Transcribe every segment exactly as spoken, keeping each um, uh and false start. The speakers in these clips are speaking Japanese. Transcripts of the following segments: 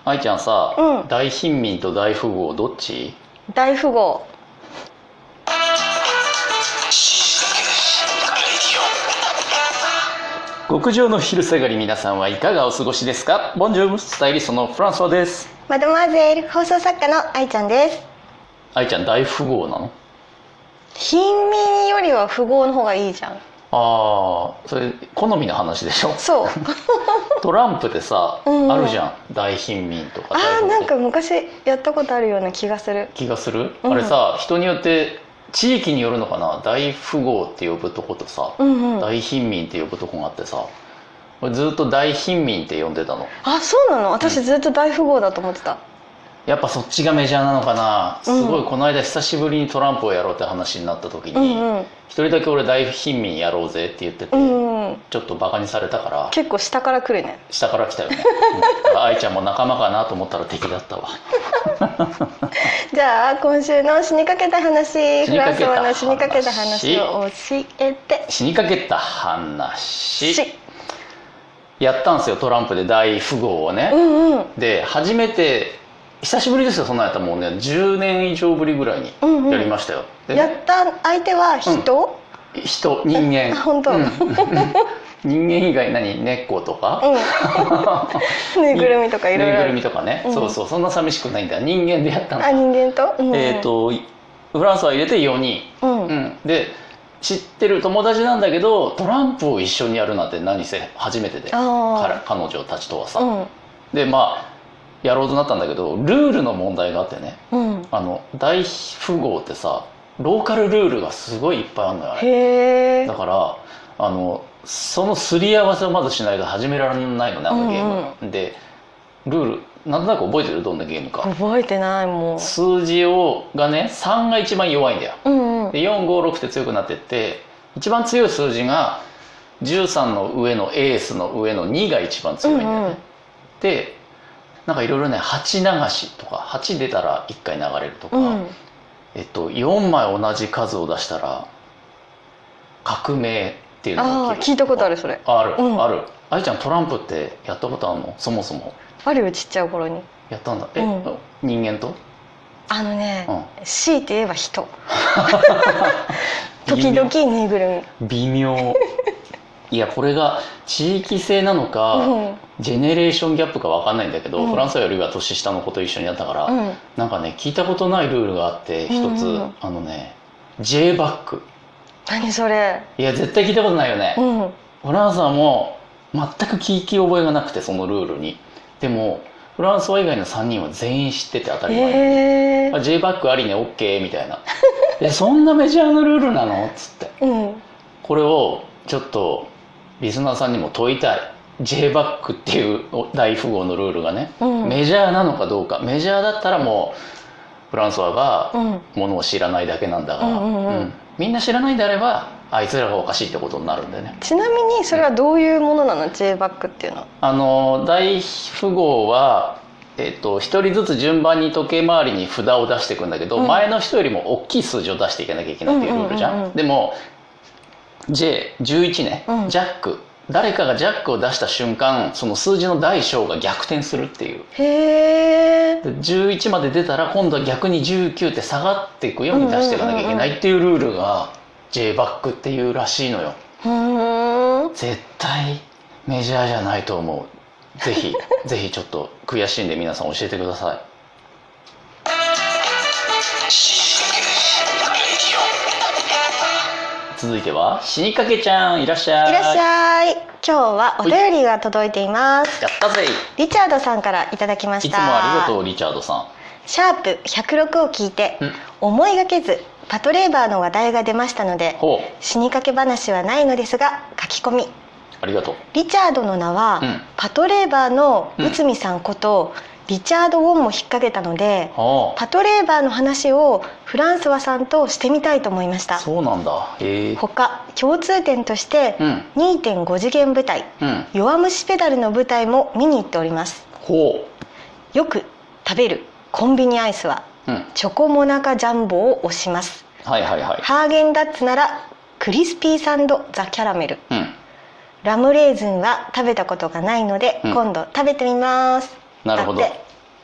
愛ちゃんさ、 うん、 大貧民と大富豪どっち？ 大富豪。 極上の昼下がり、皆さんはいかがお過ごしですか？ボンジュール、スタイリストのフランソワです。 マドモアゼル、放送作家の愛ちゃんです。 愛ちゃん大富豪なの？ 貧民よりは富豪の方がいいじゃん。 ああ、それ好みの話でしょ。 そうトランプでさ、うん、あるじゃん、大貧民とか大富豪。 あー、なんか昔やったことあるような気がする気がする、 うん、 あれさ、人によって地域によるのかな。大富豪って呼ぶとことさ、うんうん、大貧民って呼ぶとこがあってさ、俺ずっと大貧民って呼んでたの。 あ、そうなの？私ずっと大富豪だと思ってた、うん、 やっぱそっちがメジャーなのかな、うん、すごいこの間久しぶりにトランプをやろうって話になった時に、うんうん、一人だけ俺大貧民やろうぜって言ってて、うんうん、ちょっとバカにされたから。結構下から来るね。 下から来たよね、うん、愛ちゃんも仲間かなと思ったら敵だったわじゃあ今週の死にかけた話、フランソワの死にかけた話を教えて。 死にかけた話やったんですよ、トランプで大富豪をね、うんうん、で初めて久しぶりですよ。そんなんやったらもうねじゅうねん以上ぶりぐらいにやりましたよ、 うんうん、やった相手は人、 うん、人人間。 あ、本当、うん、 人間以外何、猫とか、 うん、ぬいぐるみとかいろいろ。 ぬいぐるみとかね、うん、そうそう、そんな寂しくないんだ。人間でやったの。 あ、人間と、うんうん、 えっとフランスは入れてよにん、うんうん、で知ってる友達なんだけどトランプを一緒にやるなんて何せ初めてで、彼女たちとはさ、うん、でまあやろうとなったんだけど、ルールの問題があってね、うん、あの大富豪ってさローカルルールがすごいいっぱいあるのよ。へー。だからあのそのすり合わせをまずしないと始められないのね、あのゲーム、うんうん、でルールなんとなく覚えてる？どんなゲームか。 覚えてない。もう数字をがねさんが一番弱いんだよ、うんうん、でよんごろくって強くなってって、一番強い数字がじゅうさんの上のエースの上のにが一番強いんだよね、うんうん、でなんかいろいろね、はち流しとかはち出たらいっかい流れるとか、うん、えっと、よんまい同じ数を出したら革命っていうのが起きる。 あ、聞いたことある。それある、うん、ある。愛ちゃんトランプってやったことあるの？そもそも。 あるよ、ちっちゃい頃に。 やったんだ。え、うん、人間と？ あのね、うん、強いて言えば人時々ぬいぐるみ。微妙いや、これが地域性なのか、うん、ジェネレーションギャップか分かんないんだけど、うん、フランスよりは年下の子と一緒にやったから、うん、なんかね聞いたことないルールがあって一つ、うんうん、あのね J バック。 何それ？ いや絶対聞いたことないよね、うん、フランスはもう全く聞き覚えがなくて、そのルールに。でもフランスは以外のさんにんは全員知ってて当たり前に、えー、J バックありね OK みたいなえ、そんなメジャーなルールなのっつって、うん、これをちょっとリスナーさんにも問いたい。 J バックっていう大富豪のルールがね、うん、メジャーなのかどうか。メジャーだったらもうフランソワがものを知らないだけなんだが、うんうんうんうん、みんな知らないんであればあいつらがおかしいってことになるんでね。 ちなみにそれはどういうものなの、うん、J バックっていうのは。 あの大富豪はえっと、ひとりずつ順番に時計回りに札を出していくんだけど、うん、前の人よりも大きい数字を出していかなきゃいけないっていうルールじゃん、うんうんうんうん、でも ジェイじゅういち ね、うん、ジャック、誰かがジャックを出した瞬間その数字の大小が逆転するっていう。へー。じゅういちまで出たら今度は逆にじゅうきゅうって下がっていくように出していかなきゃいけないっていうルールが J バックっていうらしいのよ。うん、絶対メジャーじゃないと思う。ぜひぜひちょっと悔しいんで皆さん教えてください。続いては死にかけちゃん、いらっしゃい。 いらっしゃい。今日はお便りが届いています。 やったぜ。 リチャードさんからいただきました。 いつもありがとうリチャードさん。 シャープひゃくろくを聞いて思いがけずパトレーバーの話題が出ましたので、死にかけ話はないのですが書き込み。 ありがとう。 リチャードの名は、うん、パトレーバーの内海さんこと、うん、リチャード・ウォンも引っ掛けたので、パトレーバーの話をフランソワさんとしてみたいと思いました。 そうなんだ。へー。 他共通点として、うん、にてんご 次元舞台、うん、弱虫ペダルの舞台も見に行っております。 ほう。よく食べるコンビニアイスは、うん、チョコモナカジャンボを推します。 はいはいはい。 ハーゲンダッツならクリスピーサンドザ・キャラメル、うん、ラムレーズンは食べたことがないので、うん、今度食べてみます。 なるほど。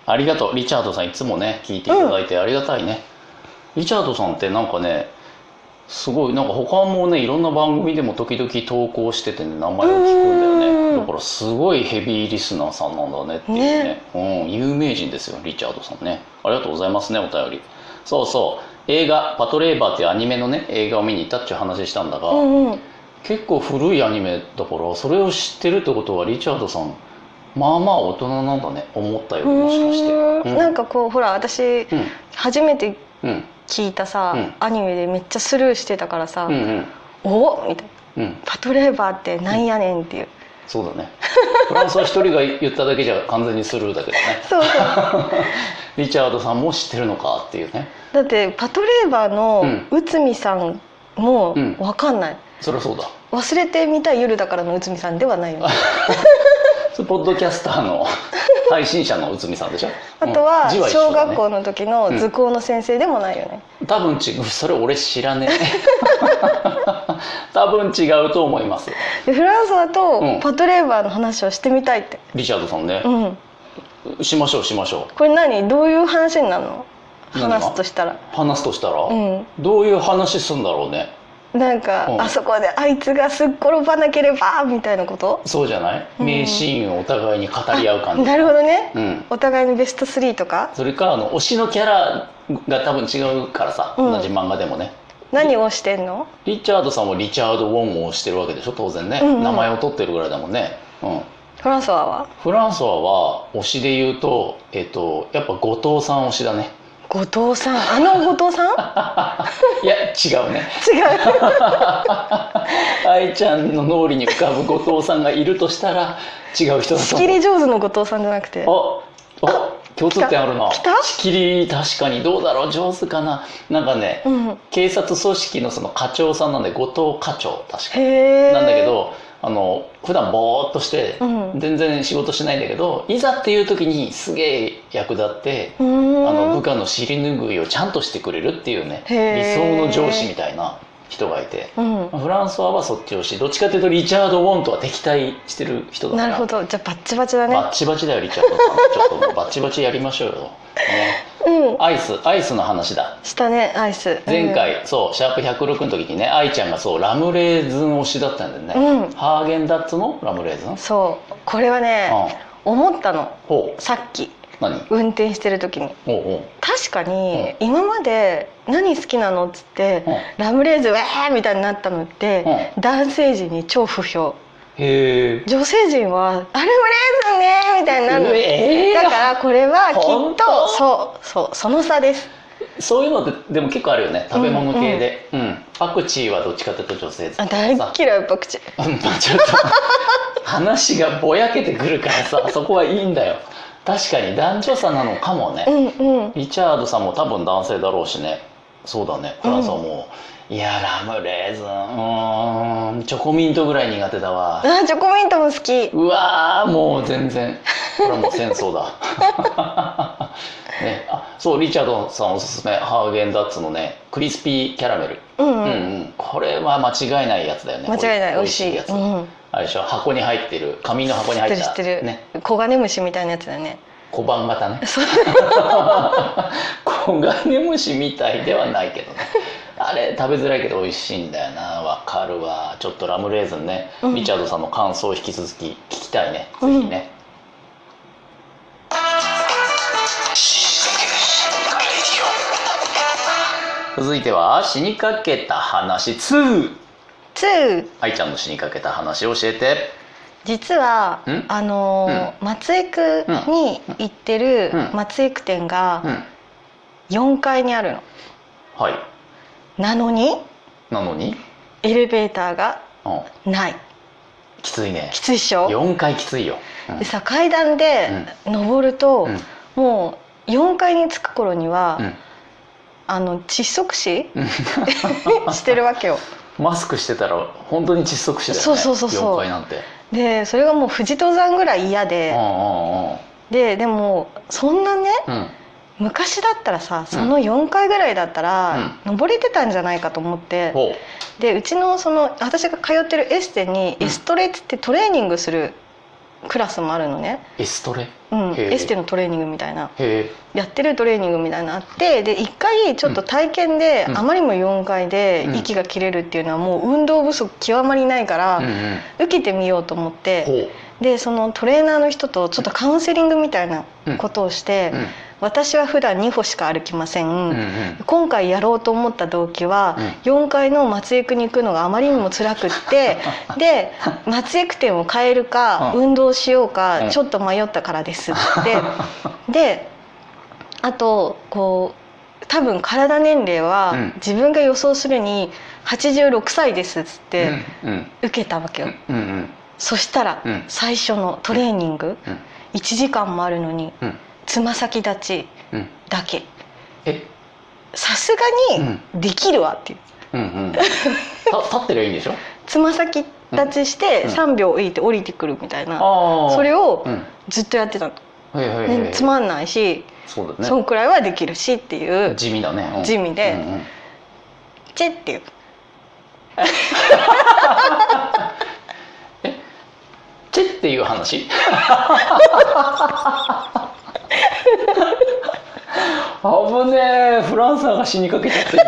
ありがとう。リチャードさんいつもね聞いていただいてありがたいね、うん、リチャードさんってなんかねすごいなんか他もねいろんな番組でも時々投稿しててね名前を聞くんだよね。だからすごいヘビーリスナーさんなんだねっていうね、ね、うん、有名人ですよリチャードさんね。ありがとうございますねお便り。そうそう映画「パトレーバー」っていうアニメのね映画を見に行ったっていう話したんだが、うんうん、結構古いアニメだからそれを知ってるってことはリチャードさんまあまあ大人なんだね思ったよりもしかして、 うん、なんかこうほら私、うん、初めて聞いたさ、うん、アニメでめっちゃスルーしてたからさ「うんうん、おっ!」みたいな、うん、パトレーバーってなんやねんっていう、うん、 そうだねフランスは一人が言っただけじゃ完全にスルーだけどねそうそうリチャードさんも知ってるのかっていうね。 だってパトレーバーの内海さんも分かんない、うん、 そりゃそうだ。 忘れてみたい夜だからの内海さんではないよねポッドキャスターの配信者の内海さんでしょあとは小学校の時の図工の先生でもないよね、 うん、多分違う。それ俺知らねえ多分違うと思います。 でフランスだと、うん、パトレーバーの話をしてみたいって。 リチャードさんね、うん、しましょうしましょう。 これ何どういう話になるの？話すとしたら話すとしたら、うん、どういう話すんだろうね。 なんか、うん、あそこであいつがすっ転ばなければみたいなこと？ そうじゃない、うん、名シーンをお互いに語り合う感じ。 なるほどね、うん、お互いにベストスリーとか。 それかあの推しのキャラが多分違うからさ、うん、同じ漫画でもね。 何を推してんの？ リチャードさんもリチャード・ウォンを推してるわけでしょ当然ね、うんうん、名前を取ってるぐらいだもんね、うん、 フランソワはフランソワは推しで言うと、えっと、やっぱ後藤さん推しだね。 後藤さん、あの後藤さんいや違うね違う愛ちゃんの脳裏に浮かぶ後藤さんがいるとしたら違う人だと思う。 仕切り上手の後藤さんじゃなくて、 ああ共通点あるな。仕切り確かにどうだろう上手かな。なんかね、うん、警察組織のその課長さんなんで後藤課長確かになんだけど、あの普段ボーっとして全然仕事しないんだけど、うん、いざっていう時にすげえ役立ってあの部下の尻拭いをちゃんとしてくれるっていうね理想の上司みたいな人がいて、うん、フランソワはそっちをしどっちかというとリチャード・ウォンとは敵対してる人だから。 なるほど。じゃあバッチバチだね。 バッチバチだよリチャードさんちょっともうバッチバチやりましょうよ、ねうん、アイスアイスの話だしたね。アイス前回、うん、そうシャープひゃくろくの時にね愛ちゃんがそうラムレーズン推しだったんだよね、うん、ハーゲンダッツのラムレーズン。そうこれはね、うん、思ったのさっき何運転してる時におうおう確かに今まで何好きなのっつって、うん、ラムレーズンウェーみたいになったのって、うん、男性陣に超不評。へ女性陣は「あラムレーズンね」みたいになるの、えー、だからこれはきっとそうそうその差です。 そういうのってでも結構あるよね食べ物系で、うんうん、パクチーはどっちかというと女性あ大嫌いパクチーまあちょっと話がぼやけてくるからさそこはいいんだよ。確かに男女差なのかもね、うんうん、リチャードさんも多分男性だろうしね。そうだねフランスはもう、うん、いやラムレーズンうーんチョコミントぐらい苦手だわ。 あチョコミントも好き。 うわーもう全然これはもう戦争だね、あそうリチャードさんおすすめハーゲンダッツのねクリスピーキャラメル、うんうんうんうん、これは間違いないやつだよね。 間違いない美味しいやつ、うん、あれでしょ箱に入ってる紙の箱に入った知ってる知ってる、ね、黄金虫みたいなやつだよね。 小判型ね黄金虫みたいではないけどねあれ食べづらいけど美味しいんだよな。わかるわ。ちょっとラムレーズンね、うん、リチャードさんの感想を引き続き聞きたいね、うん、ぜひね。続いては死にかけた話ツー。 ツー愛ちゃんの死にかけた話を教えて。 実はあの、うん、松江区に行ってる松江区店がよんかいにあるの、 はい、 なのになのにエレベーターがない、うん、 きついね。 きついっしょ。 よんかいきついよ、うん、でさ階段で登ると、うん、もうよんかいに着く頃には、うん、あの窒息死してるわけよ。 マスクしてたら本当に窒息死だよね。 そうそうそうそうよんかいなんて。でそれがもう富士登山ぐらい嫌で、ででもそんなね、うん、昔だったらさそのよんかいぐらいだったら、うん、登れてたんじゃないかと思って、うん、でうちのその私が通ってるエステにエストレってトレーニングするクラスもあるのね。 エストレ、 うん、エステのトレーニングみたいなへやってるトレーニングみたいなのあって、でいっかいちょっと体験で、うん、あまりにもよんかいで息が切れるっていうのはもう運動不足極まりないから、うんうん、受けてみようと思って、でそのトレーナーの人とちょっとカウンセリングみたいなことをして、うんうん、私は普段に歩しか歩きません、うんうん、今回やろうと思った動機は、うん、よんかいの松江区に行くのがあまりにも辛くってで松江区店を変えるか、うん、運動しようかちょっと迷ったからですって、うん、であとこう多分体年齢は自分が予想するにはちじゅうろくさいですっつって受けたわけよ、うんうんうん、そしたら最初のトレーニング、うん、いちじかんもあるのに、うんつま先立ちだけ、さすがにできるわっていう、うんうん、立ってりゃいいんでしょ。 つま先立ちしてさんびょう置いて降りてくるみたいな、うん、それをずっとやってたの、うん、つまんないし そ, うだ、ね、そのくらいはできるしっていう地味だね、 うん、地味で、うんうん、チェっていうえチェっていう話危ねえ、フランサーが死にかけちゃって今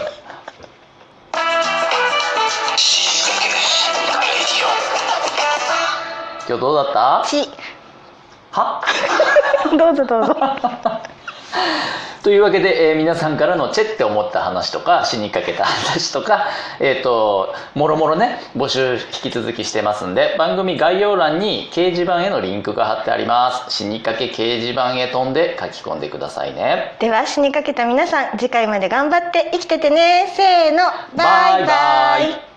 今日どうだった？ ちはどうぞどうぞというわけで、えー、皆さんからのチェって思った話とか死にかけた話とか、えーともろもろね募集引き続きしてますんで、番組概要欄に掲示板へのリンクが貼ってあります。死にかけ掲示板へ飛んで書き込んでくださいね。 では死にかけた皆さん、次回まで頑張って生きててね。せーの、バイバイ。